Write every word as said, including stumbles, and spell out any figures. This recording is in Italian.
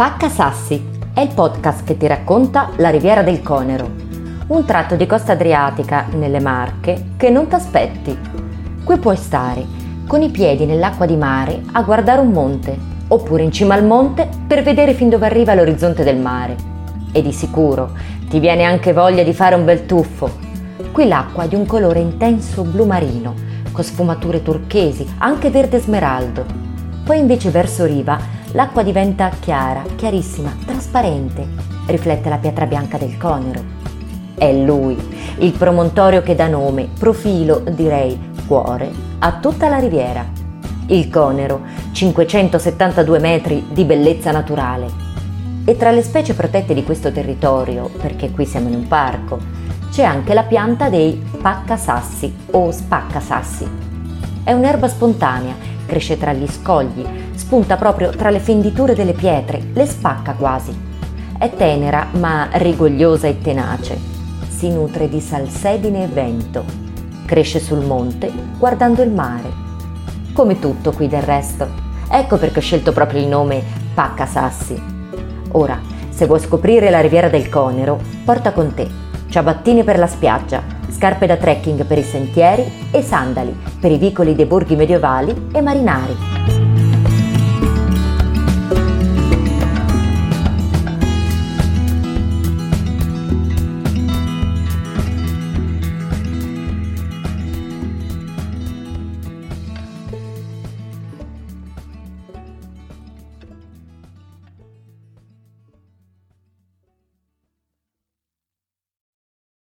Pacca Sassi è il podcast che ti racconta la Riviera del Conero, un tratto di costa adriatica nelle Marche che non t'aspetti. Qui puoi stare con i piedi nell'acqua di mare a guardare un monte, oppure in cima al monte per vedere fin dove arriva l'orizzonte del mare. E di sicuro ti viene anche voglia di fare un bel tuffo. Qui l'acqua è di un colore intenso blu marino, con sfumature turchesi, anche verde smeraldo. Poi invece verso riva l'acqua diventa chiara, chiarissima, trasparente, riflette la pietra bianca del Conero. È lui, il promontorio che dà nome, profilo, direi cuore, a tutta la riviera. Il Conero, cinquecentosettantadue metri di bellezza naturale. E tra le specie protette di questo territorio, perché qui siamo in un parco, c'è anche la pianta dei paccasassi o spaccasassi. È un'erba spontanea, cresce tra gli scogli, spunta proprio tra le fenditure delle pietre, le spacca quasi. È tenera ma rigogliosa e tenace. Si nutre di salsedine e vento. Cresce sul monte guardando il mare. Come tutto qui del resto. Ecco perché ho scelto proprio il nome Paccasassi. Ora, se vuoi scoprire la Riviera del Conero, porta con te ciabattini per la spiaggia, scarpe da trekking per i sentieri e sandali per i vicoli dei borghi medievali e marinari.